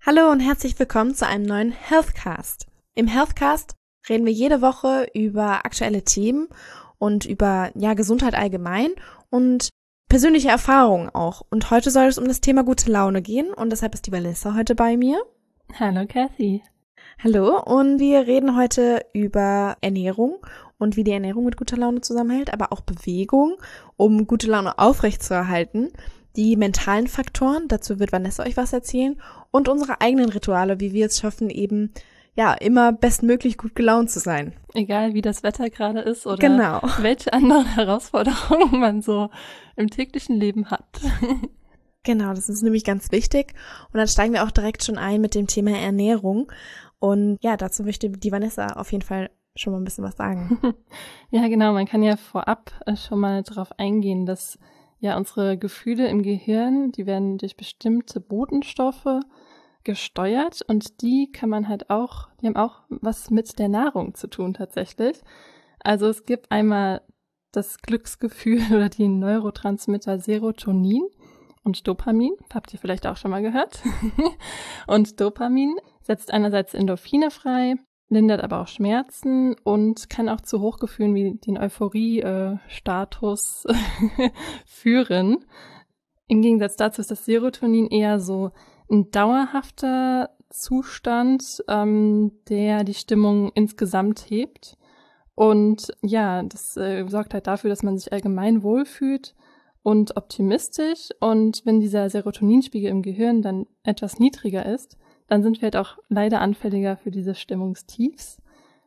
Hallo und herzlich willkommen zu einem neuen Healthcast. Im Healthcast reden wir jede Woche über aktuelle Themen und über Gesundheit allgemein und persönliche Erfahrungen auch. Und heute soll es um das Thema gute Laune gehen und deshalb ist die Vanessa heute bei mir. Hallo Kathy. Hallo, und wir reden heute über Ernährung und wie die Ernährung mit guter Laune zusammenhält, aber auch Bewegung, um gute Laune aufrechtzuerhalten. Die mentalen Faktoren, dazu wird Vanessa euch was erzählen, und unsere eigenen Rituale, wie wir es schaffen, eben immer bestmöglich gut gelaunt zu sein. Egal wie das Wetter gerade ist oder welche anderen Herausforderungen man so im täglichen Leben hat. Genau, das ist nämlich ganz wichtig. Und dann steigen wir auch direkt schon ein mit dem Thema Ernährung. Und dazu möchte die Vanessa auf jeden Fall schon mal ein bisschen was sagen. Ja, genau, man kann ja vorab schon mal darauf eingehen, dass unsere Gefühle im Gehirn, die werden durch bestimmte Botenstoffe gesteuert und die haben auch was mit der Nahrung zu tun tatsächlich. Also es gibt einmal das Glücksgefühl oder die Neurotransmitter Serotonin und Dopamin, habt ihr vielleicht auch schon mal gehört. Und Dopamin setzt einerseits Endorphine frei, lindert aber auch Schmerzen und kann auch zu Hochgefühlen wie den Euphorie-Status führen. Im Gegensatz dazu ist das Serotonin eher so ein dauerhafter Zustand, der die Stimmung insgesamt hebt. Und das sorgt halt dafür, dass man sich allgemein wohlfühlt und optimistisch. Und wenn dieser Serotoninspiegel im Gehirn dann etwas niedriger ist, dann sind wir halt auch leider anfälliger für diese Stimmungstiefs.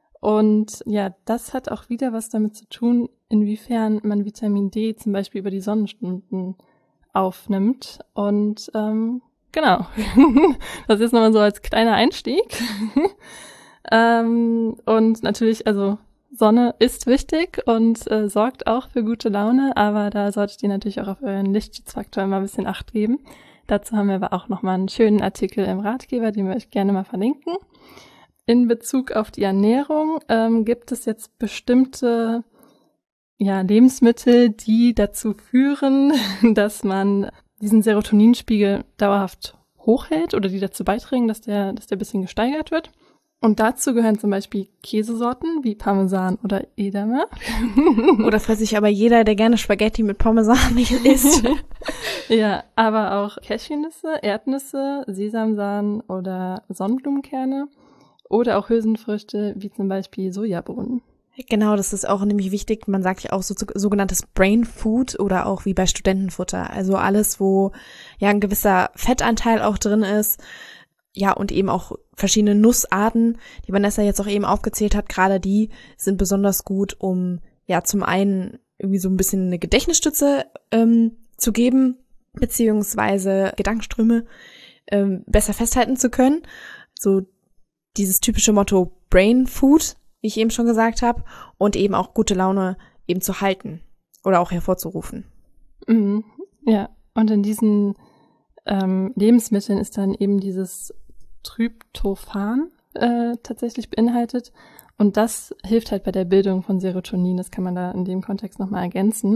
Und das hat auch wieder was damit zu tun, inwiefern man Vitamin D zum Beispiel über die Sonnenstunden aufnimmt. Und genau, das ist nochmal so als kleiner Einstieg. Und natürlich, also Sonne ist wichtig und sorgt auch für gute Laune, aber da solltet ihr natürlich auch auf euren Lichtschutzfaktor immer ein bisschen Acht geben. Dazu haben wir aber auch nochmal einen schönen Artikel im Ratgeber, den wir euch gerne mal verlinken. In Bezug auf die Ernährung gibt es jetzt bestimmte Lebensmittel, die dazu führen, dass man diesen Serotoninspiegel dauerhaft hochhält oder die dazu beitragen, dass der ein bisschen gesteigert wird. Und dazu gehören zum Beispiel Käsesorten wie Parmesan oder Edamer. Oder für sich aber jeder, der gerne Spaghetti mit Parmesan nicht isst. Ja, aber auch Cashewnüsse, Erdnüsse, Sesamsamen oder Sonnenblumenkerne oder auch Hülsenfrüchte wie zum Beispiel Sojabohnen. Genau, das ist auch nämlich wichtig. Man sagt ja auch sogenanntes Brain Food oder auch wie bei Studentenfutter. Also alles, wo ein gewisser Fettanteil auch drin ist. Ja, und eben auch verschiedene Nussarten, die Vanessa jetzt auch eben aufgezählt hat, gerade die sind besonders gut, um zum einen irgendwie so ein bisschen eine Gedächtnisstütze zu geben, beziehungsweise Gedankenströme besser festhalten zu können. So dieses typische Motto Brain Food, wie ich eben schon gesagt habe, und eben auch gute Laune eben zu halten oder auch hervorzurufen. Mhm. Ja, und in diesen Lebensmitteln ist dann eben dieses Tryptophan tatsächlich beinhaltet und das hilft halt bei der Bildung von Serotonin, das kann man da in dem Kontext nochmal ergänzen.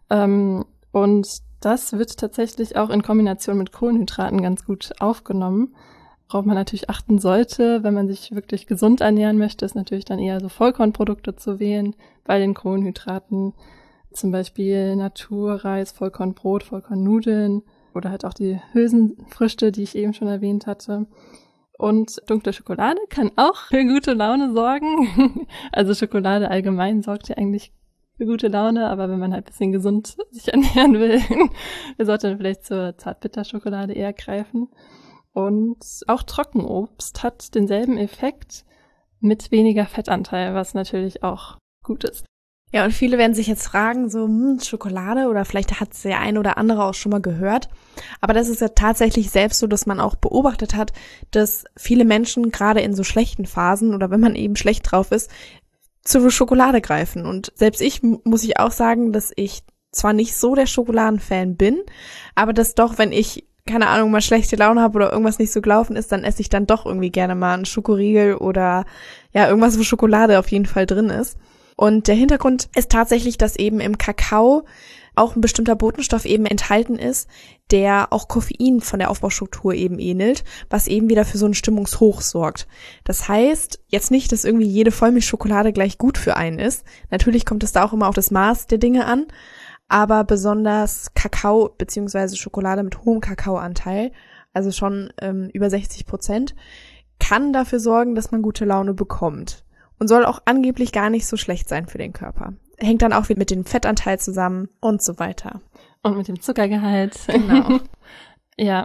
Und das wird tatsächlich auch in Kombination mit Kohlenhydraten ganz gut aufgenommen. Worauf man natürlich achten sollte, wenn man sich wirklich gesund ernähren möchte, ist natürlich dann eher so Vollkornprodukte zu wählen, bei den Kohlenhydraten zum Beispiel Naturreis, Vollkornbrot, Vollkornnudeln oder halt auch die Hülsenfrüchte, die ich eben schon erwähnt hatte. Und dunkle Schokolade kann auch für gute Laune sorgen. Also Schokolade allgemein sorgt ja eigentlich für gute Laune, aber wenn man halt ein bisschen gesund sich ernähren will, sollte man vielleicht zur Zartbitterschokolade eher greifen. Und auch Trockenobst hat denselben Effekt mit weniger Fettanteil, was natürlich auch gut ist. Ja, und viele werden sich jetzt fragen, so Schokolade, oder vielleicht hat es der ein oder andere auch schon mal gehört. Aber das ist ja tatsächlich selbst so, dass man auch beobachtet hat, dass viele Menschen gerade in so schlechten Phasen oder wenn man eben schlecht drauf ist, zur Schokolade greifen. Und selbst ich muss ich auch sagen, dass ich zwar nicht so der Schokoladenfan bin, aber dass doch, wenn ich keine Ahnung, mal schlechte Laune habe oder irgendwas nicht so gelaufen ist, dann esse ich dann doch irgendwie gerne mal einen Schokoriegel oder irgendwas, wo Schokolade auf jeden Fall drin ist. Und der Hintergrund ist tatsächlich, dass eben im Kakao auch ein bestimmter Botenstoff eben enthalten ist, der auch Koffein von der Aufbaustruktur eben ähnelt, was eben wieder für so einen Stimmungshoch sorgt. Das heißt jetzt nicht, dass irgendwie jede Vollmilchschokolade gleich gut für einen ist. Natürlich kommt es da auch immer auf das Maß der Dinge an, aber besonders Kakao bzw. Schokolade mit hohem Kakaoanteil, also schon über 60%, kann dafür sorgen, dass man gute Laune bekommt und soll auch angeblich gar nicht so schlecht sein für den Körper. Hängt dann auch wieder mit dem Fettanteil zusammen und so weiter. Und mit dem Zuckergehalt. Genau. Ja,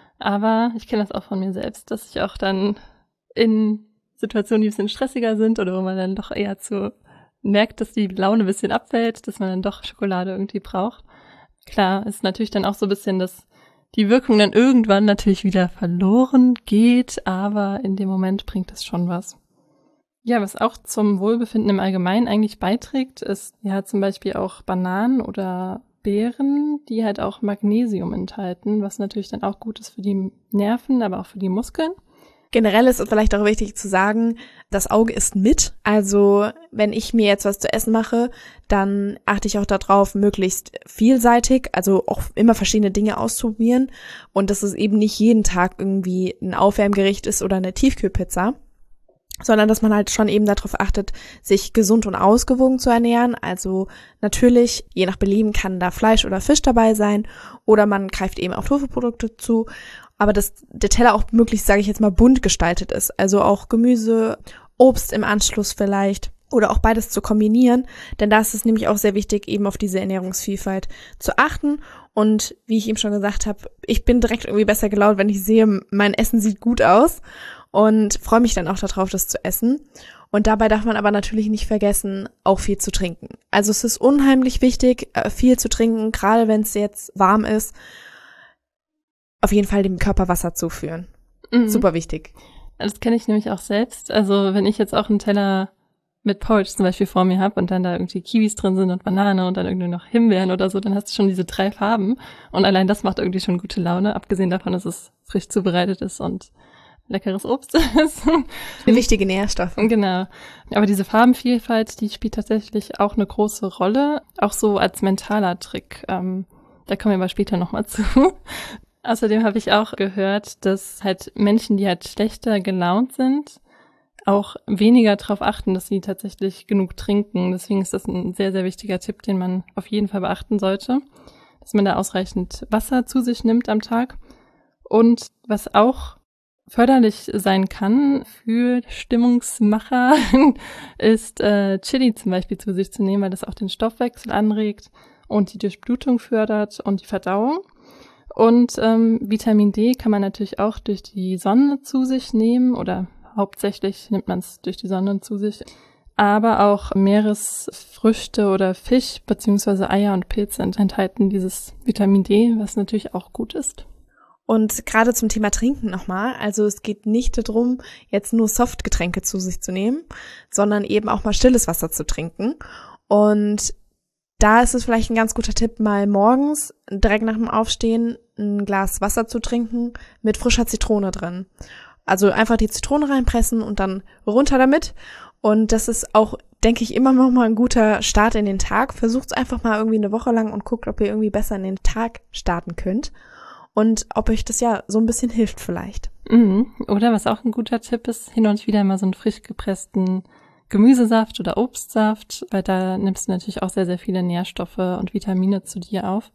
aber ich kenne das auch von mir selbst, dass ich auch dann in Situationen, die ein bisschen stressiger sind oder wo man dann doch eher merkt, dass die Laune ein bisschen abfällt, dass man dann doch Schokolade irgendwie braucht. Klar, ist natürlich dann auch so ein bisschen, dass die Wirkung dann irgendwann natürlich wieder verloren geht, aber in dem Moment bringt es schon was. Ja, was auch zum Wohlbefinden im Allgemeinen eigentlich beiträgt, ist ja zum Beispiel auch Bananen oder Beeren, die halt auch Magnesium enthalten, was natürlich dann auch gut ist für die Nerven, aber auch für die Muskeln. Generell ist es vielleicht auch wichtig zu sagen, das Auge isst mit. Also wenn ich mir jetzt was zu essen mache, dann achte ich auch darauf, möglichst vielseitig, also auch immer verschiedene Dinge auszuprobieren und dass es eben nicht jeden Tag irgendwie ein Aufwärmgericht ist oder eine Tiefkühlpizza, sondern dass man halt schon eben darauf achtet, sich gesund und ausgewogen zu ernähren. Also natürlich, je nach Belieben kann da Fleisch oder Fisch dabei sein oder man greift eben auf Tofu-Produkte zu, aber dass der Teller auch möglichst, sage ich jetzt mal, bunt gestaltet ist. Also auch Gemüse, Obst im Anschluss vielleicht oder auch beides zu kombinieren, denn da ist es nämlich auch sehr wichtig, eben auf diese Ernährungsvielfalt zu achten. Und wie ich eben schon gesagt habe, ich bin direkt irgendwie besser gelaunt, wenn ich sehe, mein Essen sieht gut aus. Und freue mich dann auch darauf, das zu essen. Und dabei darf man aber natürlich nicht vergessen, auch viel zu trinken. Also es ist unheimlich wichtig, viel zu trinken, gerade wenn es jetzt warm ist. Auf jeden Fall dem Körper Wasser zuführen. Mhm. Super wichtig. Das kenne ich nämlich auch selbst. Also wenn ich jetzt auch einen Teller mit Porridge zum Beispiel vor mir habe und dann da irgendwie Kiwis drin sind und Banane und dann irgendwie noch Himbeeren oder so, dann hast du schon diese 3 Farben. Und allein das macht irgendwie schon gute Laune, abgesehen davon, dass es frisch zubereitet ist und leckeres Obst ist. Eine wichtige Nährstoffe. Genau. Aber diese Farbenvielfalt, die spielt tatsächlich auch eine große Rolle, auch so als mentaler Trick. Da kommen wir aber später nochmal zu. Außerdem habe ich auch gehört, dass halt Menschen, die halt schlechter gelaunt sind, auch weniger darauf achten, dass sie tatsächlich genug trinken. Deswegen ist das ein sehr, sehr wichtiger Tipp, den man auf jeden Fall beachten sollte, dass man da ausreichend Wasser zu sich nimmt am Tag. Und was auch förderlich sein kann für Stimmungsmacher, ist Chili zum Beispiel zu sich zu nehmen, weil das auch den Stoffwechsel anregt und die Durchblutung fördert und die Verdauung. Und Vitamin D kann man natürlich auch durch die Sonne zu sich nehmen oder hauptsächlich nimmt man es durch die Sonne zu sich. Aber auch Meeresfrüchte oder Fisch bzw. Eier und Pilze enthalten dieses Vitamin D, was natürlich auch gut ist. Und gerade zum Thema Trinken nochmal, also es geht nicht darum, jetzt nur Softgetränke zu sich zu nehmen, sondern eben auch mal stilles Wasser zu trinken. Und da ist es vielleicht ein ganz guter Tipp, mal morgens direkt nach dem Aufstehen ein Glas Wasser zu trinken mit frischer Zitrone drin. Also einfach die Zitrone reinpressen und dann runter damit. Und das ist auch, denke ich, immer noch mal ein guter Start in den Tag. Versucht es einfach mal irgendwie eine Woche lang und guckt, ob ihr irgendwie besser in den Tag starten könnt. Und ob euch das ja so ein bisschen hilft vielleicht. Oder was auch ein guter Tipp ist, hin und wieder mal so einen frisch gepressten Gemüsesaft oder Obstsaft, weil da nimmst du natürlich auch sehr, sehr viele Nährstoffe und Vitamine zu dir auf.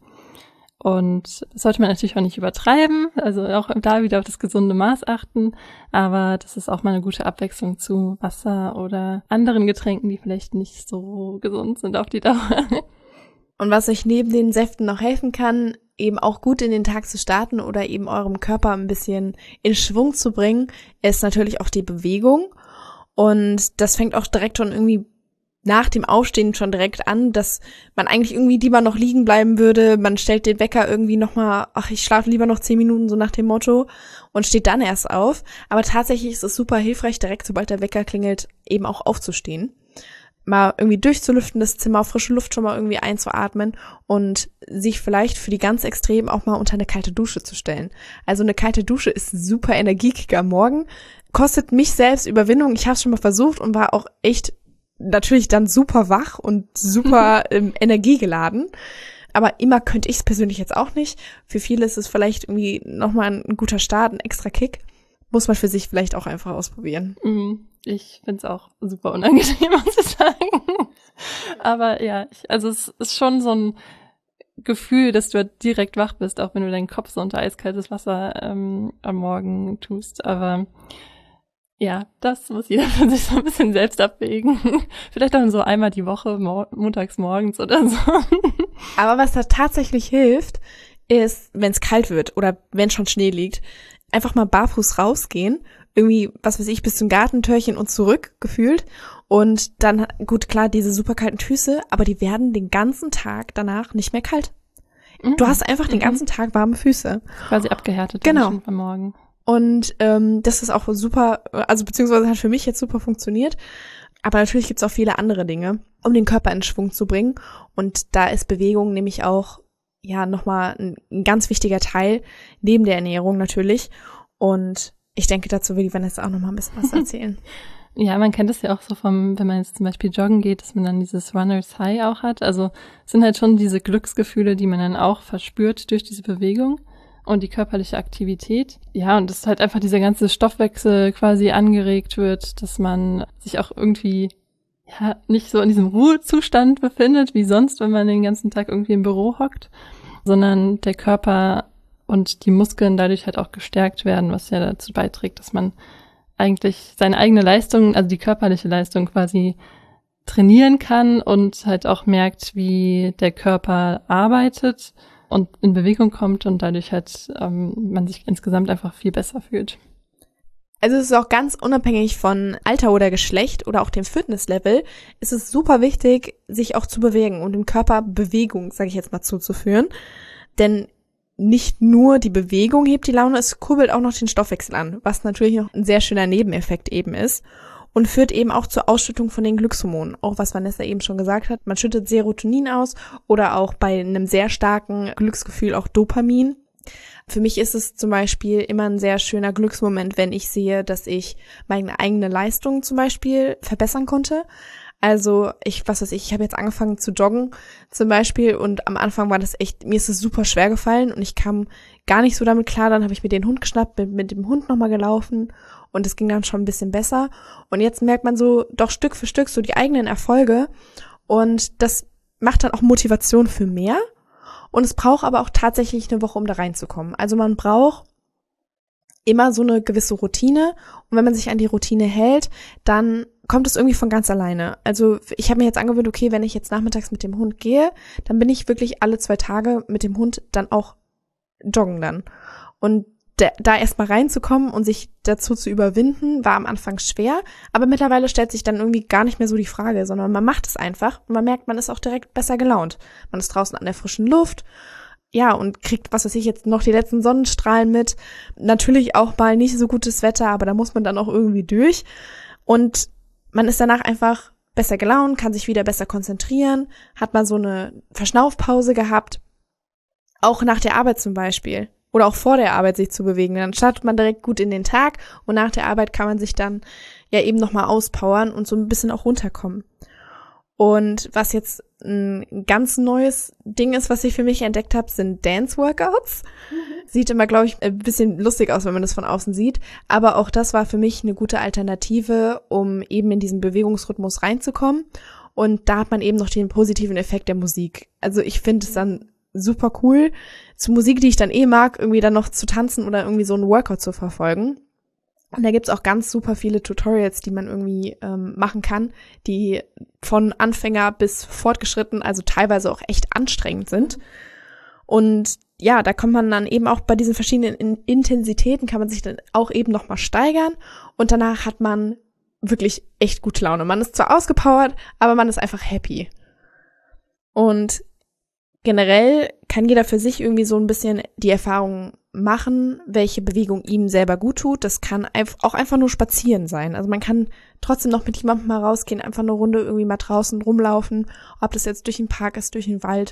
Und das sollte man natürlich auch nicht übertreiben, also auch da wieder auf das gesunde Maß achten, aber das ist auch mal eine gute Abwechslung zu Wasser oder anderen Getränken, die vielleicht nicht so gesund sind auf die Dauer. Und was euch neben den Säften noch helfen kann, eben auch gut in den Tag zu starten oder eben eurem Körper ein bisschen in Schwung zu bringen, ist natürlich auch die Bewegung. Und das fängt auch direkt schon irgendwie nach dem Aufstehen schon direkt an, dass man eigentlich irgendwie lieber noch liegen bleiben würde. Man stellt den Wecker irgendwie nochmal, ich schlafe lieber noch 10 Minuten, so nach dem Motto, und steht dann erst auf. Aber tatsächlich ist es super hilfreich, direkt sobald der Wecker klingelt, eben auch aufzustehen. Mal irgendwie durchzulüften, das Zimmer, frische Luft schon mal irgendwie einzuatmen und sich vielleicht für die ganz Extremen auch mal unter eine kalte Dusche zu stellen. Also eine kalte Dusche ist super Energiekicker am Morgen, kostet mich selbst Überwindung. Ich habe es schon mal versucht und war auch echt natürlich dann super wach und super energiegeladen. Aber immer könnte ich es persönlich jetzt auch nicht. Für viele ist es vielleicht irgendwie nochmal ein guter Start, ein extra Kick. Muss man für sich vielleicht auch einfach ausprobieren. Ich finde es auch super unangenehm, muss ich sagen. Aber ja, also es ist schon so ein Gefühl, dass du direkt wach bist, auch wenn du deinen Kopf so unter eiskaltes Wasser am Morgen tust. Aber ja, das muss jeder für sich so ein bisschen selbst abwägen. Vielleicht auch so einmal die Woche, montags morgens oder so. Aber was da tatsächlich hilft, ist, wenn es kalt wird oder wenn schon Schnee liegt, einfach mal barfuß rausgehen, irgendwie, was weiß ich, bis zum Gartentürchen und zurück gefühlt. Und dann, gut, klar, diese super kalten Füße, aber die werden den ganzen Tag danach nicht mehr kalt. Du hast einfach den ganzen Tag warme Füße. Quasi abgehärtet. Genau. Schon am Morgen. Und das ist auch super, also beziehungsweise hat für mich jetzt super funktioniert. Aber natürlich gibt's auch viele andere Dinge, um den Körper in Schwung zu bringen. Und da ist Bewegung nämlich auch ja nochmal ein ganz wichtiger Teil, neben der Ernährung natürlich. Und ich denke, dazu will die Vanessa auch nochmal ein bisschen was erzählen. Ja, man kennt es ja auch so wenn man jetzt zum Beispiel joggen geht, dass man dann dieses Runner's High auch hat. Also es sind halt schon diese Glücksgefühle, die man dann auch verspürt durch diese Bewegung und die körperliche Aktivität. Ja, und dass halt einfach dieser ganze Stoffwechsel quasi angeregt wird, dass man sich auch irgendwie ja nicht so in diesem Ruhezustand befindet, wie sonst, wenn man den ganzen Tag irgendwie im Büro hockt, sondern der Körper und die Muskeln dadurch halt auch gestärkt werden, was ja dazu beiträgt, dass man eigentlich seine eigene Leistung, also die körperliche Leistung quasi trainieren kann und halt auch merkt, wie der Körper arbeitet und in Bewegung kommt und dadurch halt man sich insgesamt einfach viel besser fühlt. Also es ist auch ganz unabhängig von Alter oder Geschlecht oder auch dem Fitnesslevel, ist es super wichtig, sich auch zu bewegen und dem Körper Bewegung, sage ich jetzt mal, zuzuführen. Denn nicht nur die Bewegung hebt die Laune, es kurbelt auch noch den Stoffwechsel an, was natürlich noch ein sehr schöner Nebeneffekt eben ist und führt eben auch zur Ausschüttung von den Glückshormonen. Auch was Vanessa eben schon gesagt hat, man schüttet Serotonin aus oder auch bei einem sehr starken Glücksgefühl auch Dopamin. Für mich ist es zum Beispiel immer ein sehr schöner Glücksmoment, wenn ich sehe, dass ich meine eigene Leistung zum Beispiel verbessern konnte. Also ich habe jetzt angefangen zu joggen zum Beispiel und am Anfang war das echt, mir ist es super schwer gefallen und ich kam gar nicht so damit klar. Dann habe ich mir den Hund geschnappt, bin mit dem Hund nochmal gelaufen und es ging dann schon ein bisschen besser. Und jetzt merkt man so doch Stück für Stück so die eigenen Erfolge und das macht dann auch Motivation für mehr. Und es braucht aber auch tatsächlich eine Woche, um da reinzukommen. Also man braucht immer so eine gewisse Routine und wenn man sich an die Routine hält, dann kommt es irgendwie von ganz alleine. Also ich habe mir jetzt angewöhnt, okay, wenn ich jetzt nachmittags mit dem Hund gehe, dann bin ich wirklich alle 2 Tage mit dem Hund dann auch joggen dann. Und da erstmal reinzukommen und sich dazu zu überwinden, war am Anfang schwer, aber mittlerweile stellt sich dann irgendwie gar nicht mehr so die Frage, sondern man macht es einfach und man merkt, man ist auch direkt besser gelaunt. Man ist draußen an der frischen Luft, ja, und kriegt, was weiß ich, jetzt noch die letzten Sonnenstrahlen mit. Natürlich auch mal nicht so gutes Wetter, aber da muss man dann auch irgendwie durch. Und man ist danach einfach besser gelaunt, kann sich wieder besser konzentrieren, hat mal so eine Verschnaufpause gehabt, auch nach der Arbeit zum Beispiel. Oder auch vor der Arbeit sich zu bewegen. Dann startet man direkt gut in den Tag und nach der Arbeit kann man sich dann ja eben nochmal auspowern und so ein bisschen auch runterkommen. Und was jetzt ein ganz neues Ding ist, was ich für mich entdeckt habe, sind Dance-Workouts. Sieht immer, glaube ich, ein bisschen lustig aus, wenn man das von außen sieht. Aber auch das war für mich eine gute Alternative, um eben in diesen Bewegungsrhythmus reinzukommen. Und da hat man eben noch den positiven Effekt der Musik. Also ich finde es dann super cool, zu Musik, die ich dann mag, irgendwie dann noch zu tanzen oder irgendwie so einen Workout zu verfolgen. Und da gibt's auch ganz super viele Tutorials, die man irgendwie machen kann, die von Anfänger bis fortgeschritten, also teilweise auch echt anstrengend sind. Und ja, da kommt man dann eben auch bei diesen verschiedenen Intensitäten, kann man sich dann auch eben nochmal steigern. Und danach hat man wirklich echt gute Laune. Man ist zwar ausgepowert, aber man ist einfach happy. Und generell kann jeder für sich irgendwie so ein bisschen die Erfahrung machen, welche Bewegung ihm selber gut tut. Das kann auch einfach nur spazieren sein. Also man kann trotzdem noch mit jemandem mal rausgehen, einfach eine Runde irgendwie mal draußen rumlaufen, ob das jetzt durch den Park ist, durch den Wald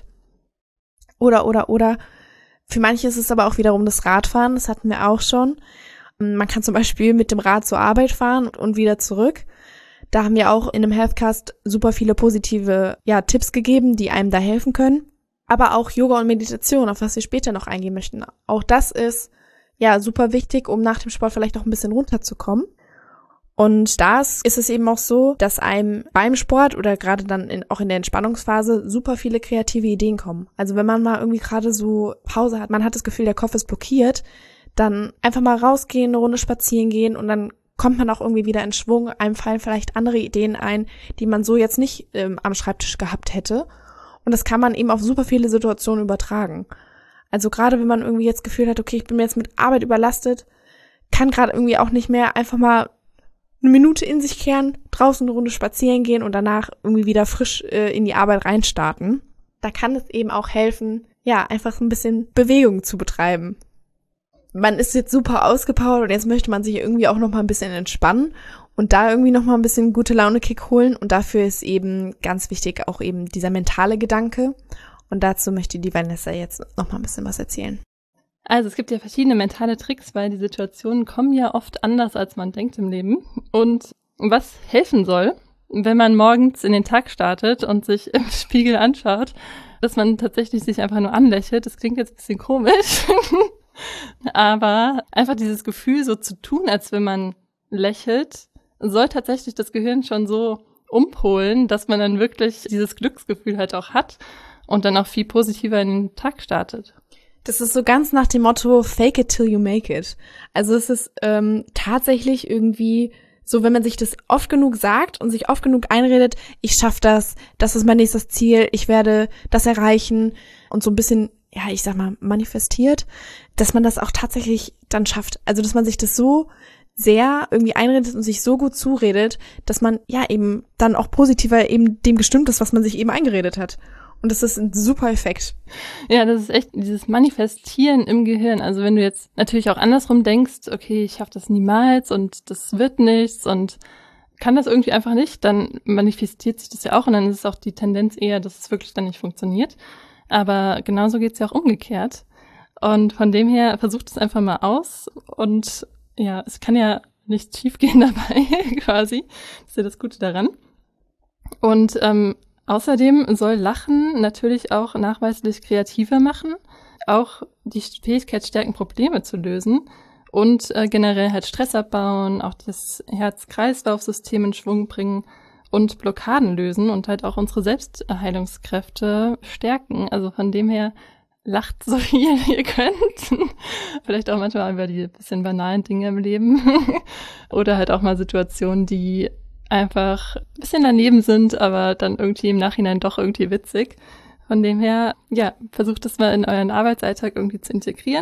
oder. Für manche ist es aber auch wiederum das Radfahren, das hatten wir auch schon. Man kann zum Beispiel mit dem Rad zur Arbeit fahren und wieder zurück. Da haben wir auch in einem Healthcast super viele positive Tipps gegeben, die einem da helfen können. Aber auch Yoga und Meditation, auf was wir später noch eingehen möchten. Auch das ist super wichtig, um nach dem Sport vielleicht auch ein bisschen runterzukommen. Und da ist es eben auch so, dass einem beim Sport oder gerade dann auch in der Entspannungsphase super viele kreative Ideen kommen. Also wenn man mal irgendwie gerade so Pause hat, man hat das Gefühl, der Kopf ist blockiert, dann einfach mal rausgehen, eine Runde spazieren gehen und dann kommt man auch irgendwie wieder in Schwung. Einem fallen vielleicht andere Ideen ein, die man so jetzt nicht am Schreibtisch gehabt hätte. Und das kann man eben auf super viele Situationen übertragen. Also gerade wenn man irgendwie jetzt das Gefühl hat, okay, ich bin mir jetzt mit Arbeit überlastet, kann gerade irgendwie auch nicht mehr einfach mal eine Minute in sich kehren, draußen eine Runde spazieren gehen und danach irgendwie wieder frisch in die Arbeit reinstarten. Da kann es eben auch helfen, einfach ein bisschen Bewegung zu betreiben. Man ist jetzt super ausgepowert und jetzt möchte man sich irgendwie auch noch mal ein bisschen entspannen und da irgendwie noch mal ein bisschen gute Laune-Kick holen. Und dafür ist eben ganz wichtig auch eben dieser mentale Gedanke. Und dazu möchte die Vanessa jetzt noch mal ein bisschen was erzählen. Also es gibt ja verschiedene mentale Tricks, weil die Situationen kommen ja oft anders, als man denkt im Leben. Und was helfen soll, wenn man morgens in den Tag startet und sich im Spiegel anschaut, dass man tatsächlich sich einfach nur anlächelt. Das klingt jetzt ein bisschen komisch, aber einfach dieses Gefühl so zu tun, als wenn man lächelt, soll tatsächlich das Gehirn schon so umpolen, dass man dann wirklich dieses Glücksgefühl halt auch hat und dann auch viel positiver in den Tag startet. Das ist so ganz nach dem Motto, fake it till you make it. Also es ist tatsächlich irgendwie so, wenn man sich das oft genug sagt und sich oft genug einredet, ich schaffe das ist mein nächstes Ziel, ich werde das erreichen und so ein bisschen, ich sag mal, manifestiert, dass man das auch tatsächlich dann schafft. Also dass man sich das so sehr irgendwie einredet und sich so gut zuredet, dass man eben dann auch positiver eben dem gestimmt ist, was man sich eben eingeredet hat. Und das ist ein super Effekt. Ja, das ist echt dieses Manifestieren im Gehirn. Also wenn du jetzt natürlich auch andersrum denkst, okay, ich schaffe das niemals und das wird nichts und kann das irgendwie einfach nicht, dann manifestiert sich das ja auch und dann ist es auch die Tendenz eher, dass es wirklich dann nicht funktioniert. Aber genauso geht's ja auch umgekehrt. Und von dem her versucht es einfach mal aus und es kann ja nichts schiefgehen dabei quasi. Das ist ja das Gute daran. Und außerdem soll Lachen natürlich auch nachweislich kreativer machen, auch die Fähigkeit stärken, Probleme zu lösen und generell halt Stress abbauen, auch das Herz-Kreislauf-System in Schwung bringen und Blockaden lösen und halt auch unsere Selbstheilungskräfte stärken. Also von dem her lacht so viel ihr könnt. Vielleicht auch manchmal über die bisschen banalen Dinge im Leben oder halt auch mal Situationen, die einfach ein bisschen daneben sind, aber dann irgendwie im Nachhinein doch irgendwie witzig. Von dem her, versucht das mal in euren Arbeitsalltag irgendwie zu integrieren.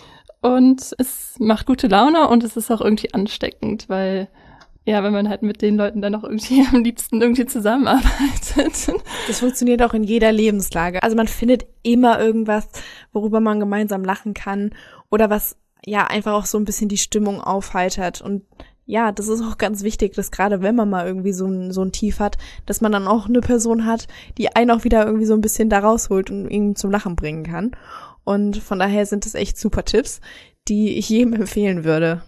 Und es macht gute Laune und es ist auch irgendwie ansteckend, weil wenn man halt mit den Leuten dann auch irgendwie am liebsten irgendwie zusammenarbeitet. Das funktioniert auch in jeder Lebenslage. Also man findet immer irgendwas, worüber man gemeinsam lachen kann oder was einfach auch so ein bisschen die Stimmung aufheitert. Und das ist auch ganz wichtig, dass gerade wenn man mal irgendwie so ein Tief hat, dass man dann auch eine Person hat, die einen auch wieder irgendwie so ein bisschen da rausholt und ihn zum Lachen bringen kann. Und von daher sind das echt super Tipps, die ich jedem empfehlen würde.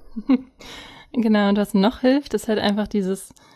Genau, und was noch hilft, ist halt einfach dieser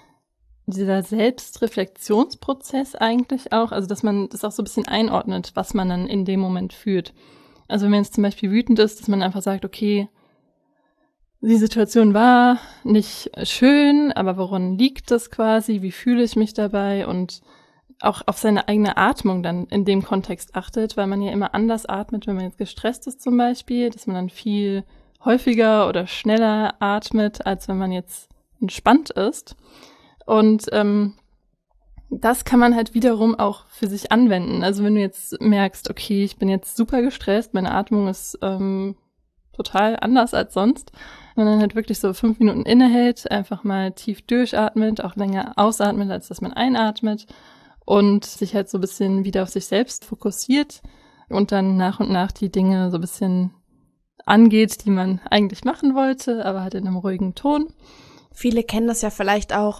Selbstreflexionsprozess eigentlich auch, also dass man das auch so ein bisschen einordnet, was man dann in dem Moment fühlt. Also wenn man jetzt zum Beispiel wütend ist, dass man einfach sagt, okay, die Situation war nicht schön, aber woran liegt das quasi, wie fühle ich mich dabei und auch auf seine eigene Atmung dann in dem Kontext achtet, weil man ja immer anders atmet, wenn man jetzt gestresst ist zum Beispiel, dass man dann viel häufiger oder schneller atmet, als wenn man jetzt entspannt ist. Und das kann man halt wiederum auch für sich anwenden. Also wenn du jetzt merkst, okay, ich bin jetzt super gestresst, meine Atmung ist total anders als sonst, wenn man dann halt wirklich so 5 Minuten innehält, einfach mal tief durchatmet, auch länger ausatmet, als dass man einatmet und sich halt so ein bisschen wieder auf sich selbst fokussiert und dann nach und nach die Dinge so ein bisschen angeht, die man eigentlich machen wollte, aber halt in einem ruhigen Ton. Viele kennen das ja vielleicht auch,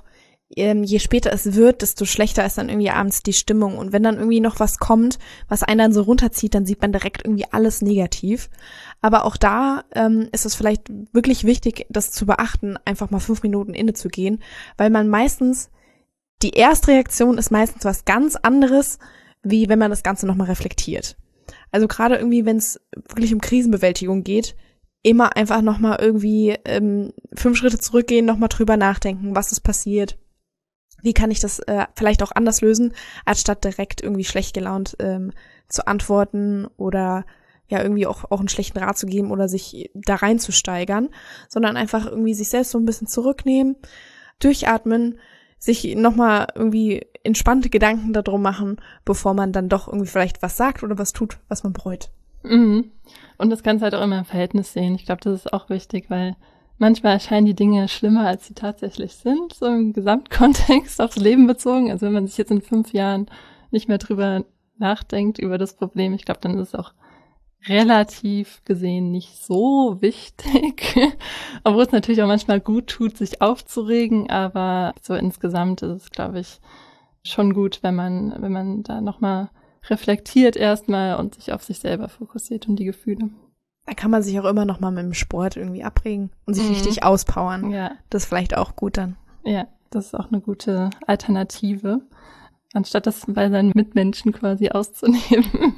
je später es wird, desto schlechter ist dann irgendwie abends die Stimmung. Und wenn dann irgendwie noch was kommt, was einen dann so runterzieht, dann sieht man direkt irgendwie alles negativ. Aber auch da ist es vielleicht wirklich wichtig, das zu beachten, einfach mal 5 Minuten innezugehen, weil man meistens, die Erstreaktion ist meistens was ganz anderes, wie wenn man das Ganze nochmal reflektiert. Also gerade irgendwie, wenn es wirklich um Krisenbewältigung geht, immer einfach nochmal irgendwie 5 Schritte zurückgehen, nochmal drüber nachdenken, was ist passiert. Wie kann ich das vielleicht auch anders lösen, anstatt direkt irgendwie schlecht gelaunt zu antworten oder ja irgendwie auch einen schlechten Rat zu geben oder sich da reinzusteigern, sondern einfach irgendwie sich selbst so ein bisschen zurücknehmen, durchatmen, sich nochmal irgendwie entspannte Gedanken darum machen, bevor man dann doch irgendwie vielleicht was sagt oder was tut, was man bereut. Mhm. Und das Ganze halt auch immer im Verhältnis sehen. Ich glaube, das ist auch wichtig, weil manchmal erscheinen die Dinge schlimmer, als sie tatsächlich sind, so im Gesamtkontext aufs Leben bezogen. Also wenn man sich jetzt in 5 Jahren nicht mehr drüber nachdenkt, über das Problem, ich glaube, dann ist es auch relativ gesehen nicht so wichtig. Obwohl es natürlich auch manchmal gut tut, sich aufzuregen, aber so insgesamt ist es, glaube ich, schon gut, wenn man da nochmal reflektiert erstmal und sich auf sich selber fokussiert und die Gefühle. Da kann man sich auch immer noch mal mit dem Sport irgendwie abregen und sich richtig auspowern. Ja. Das ist vielleicht auch gut dann. Ja, das ist auch eine gute Alternative, anstatt das bei seinen Mitmenschen quasi auszunehmen.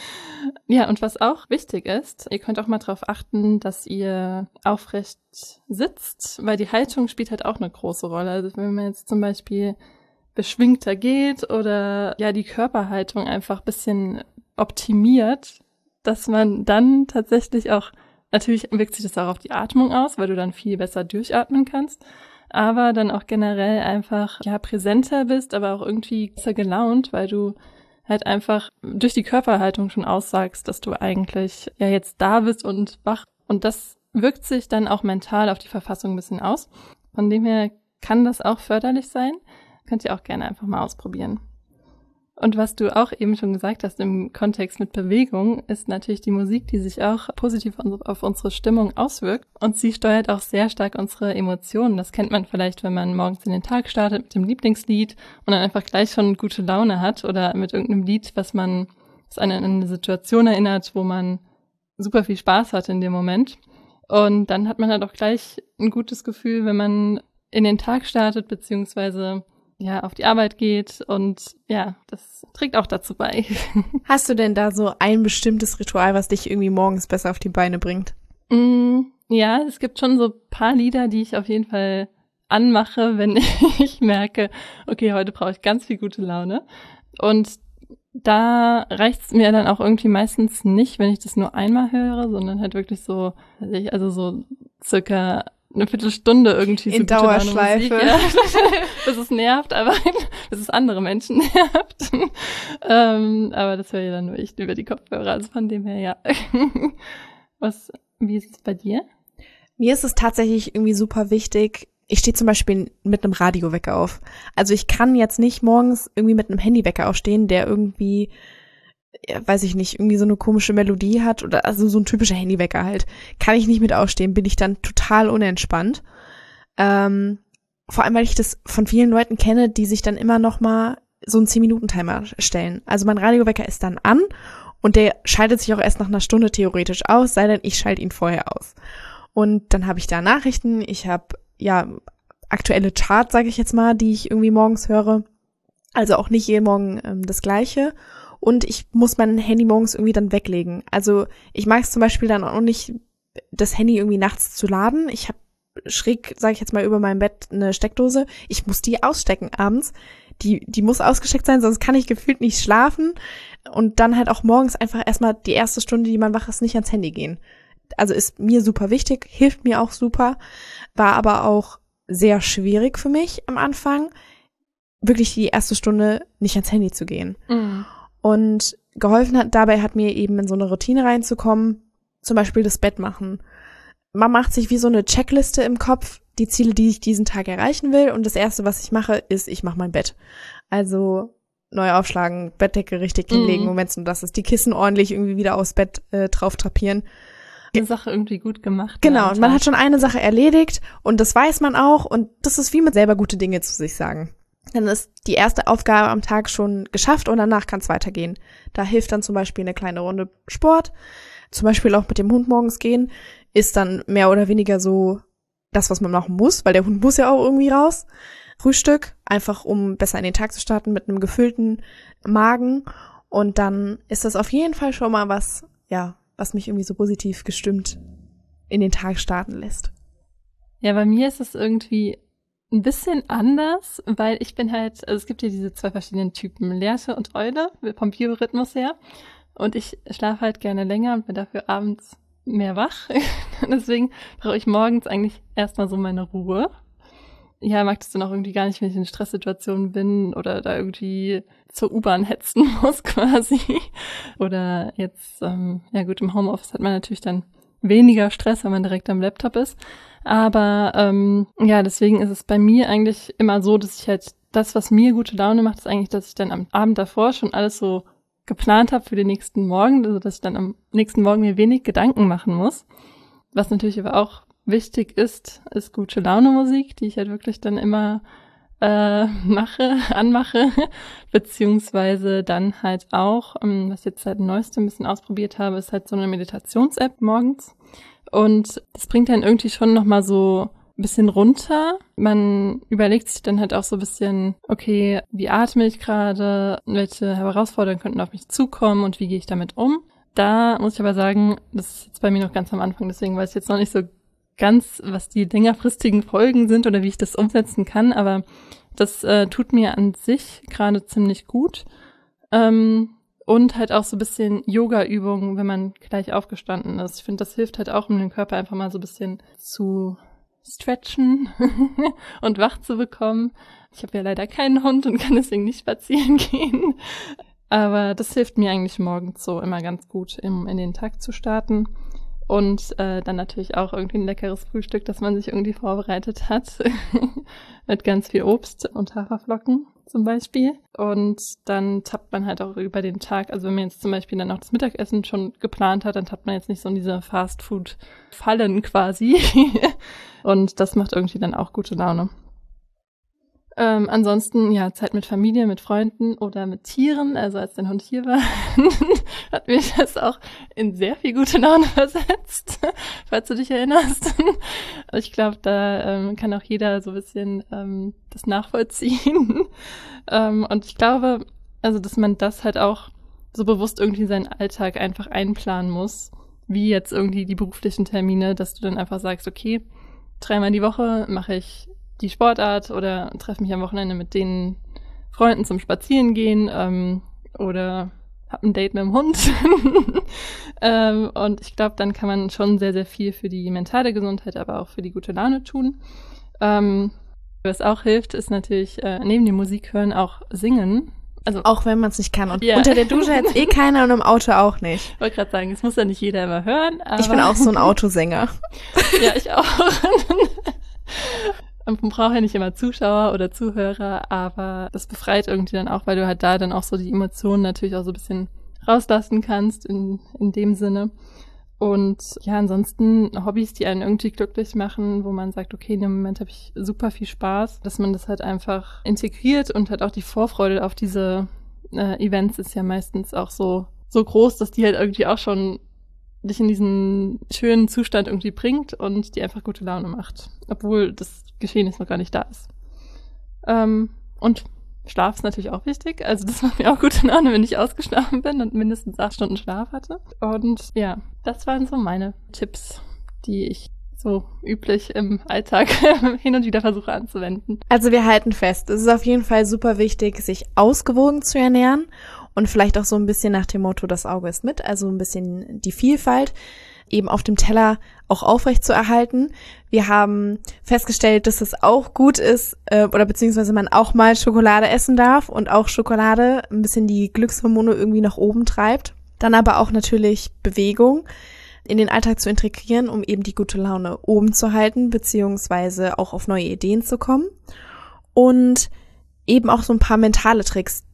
Ja, und was auch wichtig ist, ihr könnt auch mal darauf achten, dass ihr aufrecht sitzt, weil die Haltung spielt halt auch eine große Rolle. Also wenn man jetzt zum Beispiel beschwingter geht oder ja die Körperhaltung einfach ein bisschen optimiert, dass man dann tatsächlich auch, natürlich wirkt sich das auch auf die Atmung aus, weil du dann viel besser durchatmen kannst, aber dann auch generell einfach ja präsenter bist, aber auch irgendwie besser gelaunt, weil du halt einfach durch die Körperhaltung schon aussagst, dass du eigentlich ja jetzt da bist und wach. Und das wirkt sich dann auch mental auf die Verfassung ein bisschen aus. Von dem her kann das auch förderlich sein. Könnt ihr auch gerne einfach mal ausprobieren. Und was du auch eben schon gesagt hast im Kontext mit Bewegung, ist natürlich die Musik, die sich auch positiv auf unsere Stimmung auswirkt. Und sie steuert auch sehr stark unsere Emotionen. Das kennt man vielleicht, wenn man morgens in den Tag startet mit dem Lieblingslied und dann einfach gleich schon gute Laune hat oder mit irgendeinem Lied, was einen an eine Situation erinnert, wo man super viel Spaß hat in dem Moment. Und dann hat man halt auch gleich ein gutes Gefühl, wenn man in den Tag startet, beziehungsweise ja, auf die Arbeit geht und ja, das trägt auch dazu bei. Hast du denn da so ein bestimmtes Ritual, was dich irgendwie morgens besser auf die Beine bringt? Ja, es gibt schon so ein paar Lieder, die ich auf jeden Fall anmache, wenn ich merke, okay, heute brauche ich ganz viel gute Laune. Und da reicht's mir dann auch irgendwie meistens nicht, wenn ich das nur einmal höre, sondern halt wirklich so, also so circa eine Viertelstunde irgendwie so in Dauerschleife. Musik, ja. Bis es nervt, aber bis es andere Menschen nervt. Aber das höre ja dann nur ich über die Kopfhörer, also von dem her, ja. Wie ist es bei dir? Mir ist es tatsächlich irgendwie super wichtig. Ich stehe zum Beispiel mit einem Radiowecker auf. Also ich kann jetzt nicht morgens irgendwie mit einem Handywecker aufstehen, der irgendwie, ja, weiß ich nicht, irgendwie so eine komische Melodie hat oder also so ein typischer Handywecker halt. Kann ich nicht mit aufstehen, bin ich dann total unentspannt. Vor allem, weil ich das von vielen Leuten kenne, die sich dann immer noch mal so einen 10-Minuten-Timer stellen. Also mein Radiowecker ist dann an und der schaltet sich auch erst nach einer Stunde theoretisch aus, sei denn ich schalte ihn vorher aus. Und dann habe ich da Nachrichten, ich habe ja aktuelle Charts, sage ich jetzt mal, die ich irgendwie morgens höre. Also auch nicht jeden Morgen das Gleiche. Und ich muss mein Handy morgens irgendwie dann weglegen. Also ich mag es zum Beispiel dann auch nicht, das Handy irgendwie nachts zu laden. Ich habe schräg, sage ich jetzt mal, über meinem Bett eine Steckdose. Ich muss die ausstecken abends. Die muss ausgesteckt sein, sonst kann ich gefühlt nicht schlafen. Und dann halt auch morgens einfach erstmal die erste Stunde, die man wach ist, nicht ans Handy gehen. Also ist mir super wichtig, hilft mir auch super, war aber auch sehr schwierig für mich am Anfang, wirklich die erste Stunde nicht ans Handy zu gehen. Mhm. Und geholfen hat mir eben in so eine Routine reinzukommen, zum Beispiel das Bett machen. Man macht sich wie so eine Checkliste im Kopf, die Ziele, die ich diesen Tag erreichen will. Und das Erste, was ich mache, ist, ich mache mein Bett. Also neu aufschlagen, Bettdecke richtig hinlegen, und wenn es nur das ist, die Kissen ordentlich irgendwie wieder aufs Bett drauf drapieren. eine Sache irgendwie gut gemacht. Genau, und man hat schon eine Sache erledigt und das weiß man auch und das ist wie mit selber gute Dinge zu sich sagen. Dann ist die erste Aufgabe am Tag schon geschafft und danach kann es weitergehen. Da hilft dann zum Beispiel eine kleine Runde Sport, zum Beispiel auch mit dem Hund morgens gehen, ist dann mehr oder weniger so das, was man machen muss, weil der Hund muss ja auch irgendwie raus. Frühstück, einfach um besser in den Tag zu starten mit einem gefüllten Magen und dann ist das auf jeden Fall schon mal was, ja, was mich irgendwie so positiv gestimmt in den Tag starten lässt. Ja, bei mir ist es irgendwie ein bisschen anders, weil ich bin halt, also es gibt ja diese 2 verschiedenen Typen, Lerche und Eule, vom Biorhythmus her. Und ich schlafe halt gerne länger und bin dafür abends mehr wach. Deswegen brauche ich morgens eigentlich erstmal so meine Ruhe. Ja, mag das dann auch irgendwie gar nicht, wenn ich in Stresssituationen bin oder da irgendwie zur U-Bahn hetzen muss quasi. Oder jetzt, ja gut, im Homeoffice hat man natürlich dann weniger Stress, wenn man direkt am Laptop ist. Aber ja, deswegen ist es bei mir eigentlich immer so, dass ich halt das, was mir gute Laune macht, ist eigentlich, dass ich dann am Abend davor schon alles so geplant habe für den nächsten Morgen, also dass ich dann am nächsten Morgen mir wenig Gedanken machen muss. Was natürlich aber auch wichtig ist gute Laune Musik, die ich halt wirklich dann immer anmache, beziehungsweise dann halt auch, was ich jetzt seit neuestem ein bisschen ausprobiert habe, ist halt so eine Meditations-App morgens. Und das bringt dann irgendwie schon nochmal so ein bisschen runter. Man überlegt sich dann halt auch so ein bisschen, okay, wie atme ich gerade, welche Herausforderungen könnten auf mich zukommen und wie gehe ich damit um. Da muss ich aber sagen, das ist jetzt bei mir noch ganz am Anfang, deswegen weiß ich jetzt noch nicht so ganz, was die längerfristigen Folgen sind oder wie ich das umsetzen kann, aber das tut mir an sich gerade ziemlich gut. Und halt auch so ein bisschen Yoga-Übungen, wenn man gleich aufgestanden ist. Ich finde, das hilft halt auch, um den Körper einfach mal so ein bisschen zu stretchen und wach zu bekommen. Ich habe ja leider keinen Hund und kann deswegen nicht spazieren gehen. Aber das hilft mir eigentlich morgens so immer ganz gut, in den Tag zu starten. Und dann natürlich auch irgendwie ein leckeres Frühstück, das man sich irgendwie vorbereitet hat. Mit ganz viel Obst und Haferflocken zum Beispiel. Und dann tappt man halt auch über den Tag, also wenn man jetzt zum Beispiel dann auch das Mittagessen schon geplant hat, dann tappt man jetzt nicht so in diese Fast-Food-Fallen quasi. Und das macht irgendwie dann auch gute Laune. Ansonsten, ja, Zeit mit Familie, mit Freunden oder mit Tieren. Also als dein Hund hier war, hat mich das auch in sehr viel gute Laune versetzt, falls du dich erinnerst. Ich glaube, da kann auch jeder so ein bisschen das nachvollziehen. Und ich glaube, also dass man das halt auch so bewusst irgendwie seinen Alltag einfach einplanen muss, wie jetzt irgendwie die beruflichen Termine, dass du dann einfach sagst, okay, 3-mal die Woche mache ich die Sportart oder treffe mich am Wochenende mit den Freunden zum Spazierengehen oder hab ein Date mit dem Hund. Und ich glaube, dann kann man schon sehr, sehr viel für die mentale Gesundheit, aber auch für die gute Laune tun. Was auch hilft, ist natürlich neben dem Musik hören auch singen. Also auch wenn man es nicht kann. Und unter der Dusche jetzt keiner und im Auto auch nicht. Ich wollte gerade sagen, es muss ja nicht jeder immer hören. Aber ich bin auch so ein Autosänger. Ja, ich auch. Man braucht ja nicht immer Zuschauer oder Zuhörer, aber das befreit irgendwie dann auch, weil du halt da dann auch so die Emotionen natürlich auch so ein bisschen rauslassen kannst in dem Sinne. Und ja, ansonsten Hobbys, die einen irgendwie glücklich machen, wo man sagt, okay, in dem Moment habe ich super viel Spaß, dass man das halt einfach integriert und halt auch die Vorfreude auf diese Events ist ja meistens auch so groß, dass die halt irgendwie auch schon dich in diesen schönen Zustand irgendwie bringt und die einfach gute Laune macht, obwohl das Geschehnis noch gar nicht da ist. Und Schlaf ist natürlich auch wichtig, also das macht mir auch gute Laune, wenn ich ausgeschlafen bin und mindestens 8 Stunden Schlaf hatte. Und ja, das waren so meine Tipps, die ich so üblich im Alltag hin und wieder versuche anzuwenden. Also wir halten fest, es ist auf jeden Fall super wichtig, sich ausgewogen zu ernähren und vielleicht auch so ein bisschen nach dem Motto, das Auge ist mit, also ein bisschen die Vielfalt eben auf dem Teller auch aufrecht zu erhalten. Wir haben festgestellt, dass es auch gut ist, oder beziehungsweise man auch mal Schokolade essen darf und auch Schokolade ein bisschen die Glückshormone irgendwie nach oben treibt. Dann aber auch natürlich Bewegung in den Alltag zu integrieren, um eben die gute Laune oben zu halten, beziehungsweise auch auf neue Ideen zu kommen. Und eben auch so ein paar mentale Tricks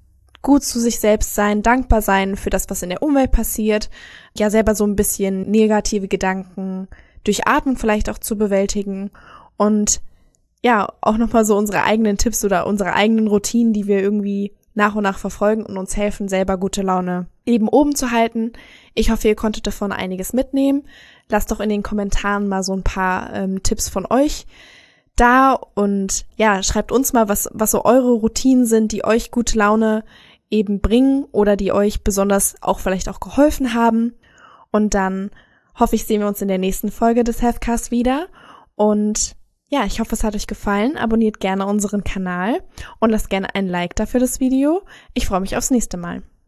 gut zu sich selbst sein, dankbar sein für das, was in der Umwelt passiert, ja selber so ein bisschen negative Gedanken durch Atmung vielleicht auch zu bewältigen und ja, auch nochmal so unsere eigenen Tipps oder unsere eigenen Routinen, die wir irgendwie nach und nach verfolgen und uns helfen, selber gute Laune eben oben zu halten. Ich hoffe, ihr konntet davon einiges mitnehmen. Lasst doch in den Kommentaren mal so ein paar Tipps von euch da und ja, schreibt uns mal, was so eure Routinen sind, die euch gute Laune eben bringen oder die euch besonders auch vielleicht auch geholfen haben. Und dann hoffe ich, sehen wir uns in der nächsten Folge des Healthcast wieder und ja, ich hoffe, es hat euch gefallen. Abonniert gerne unseren Kanal und lasst gerne ein Like dafür das Video. Ich freue mich aufs nächste Mal.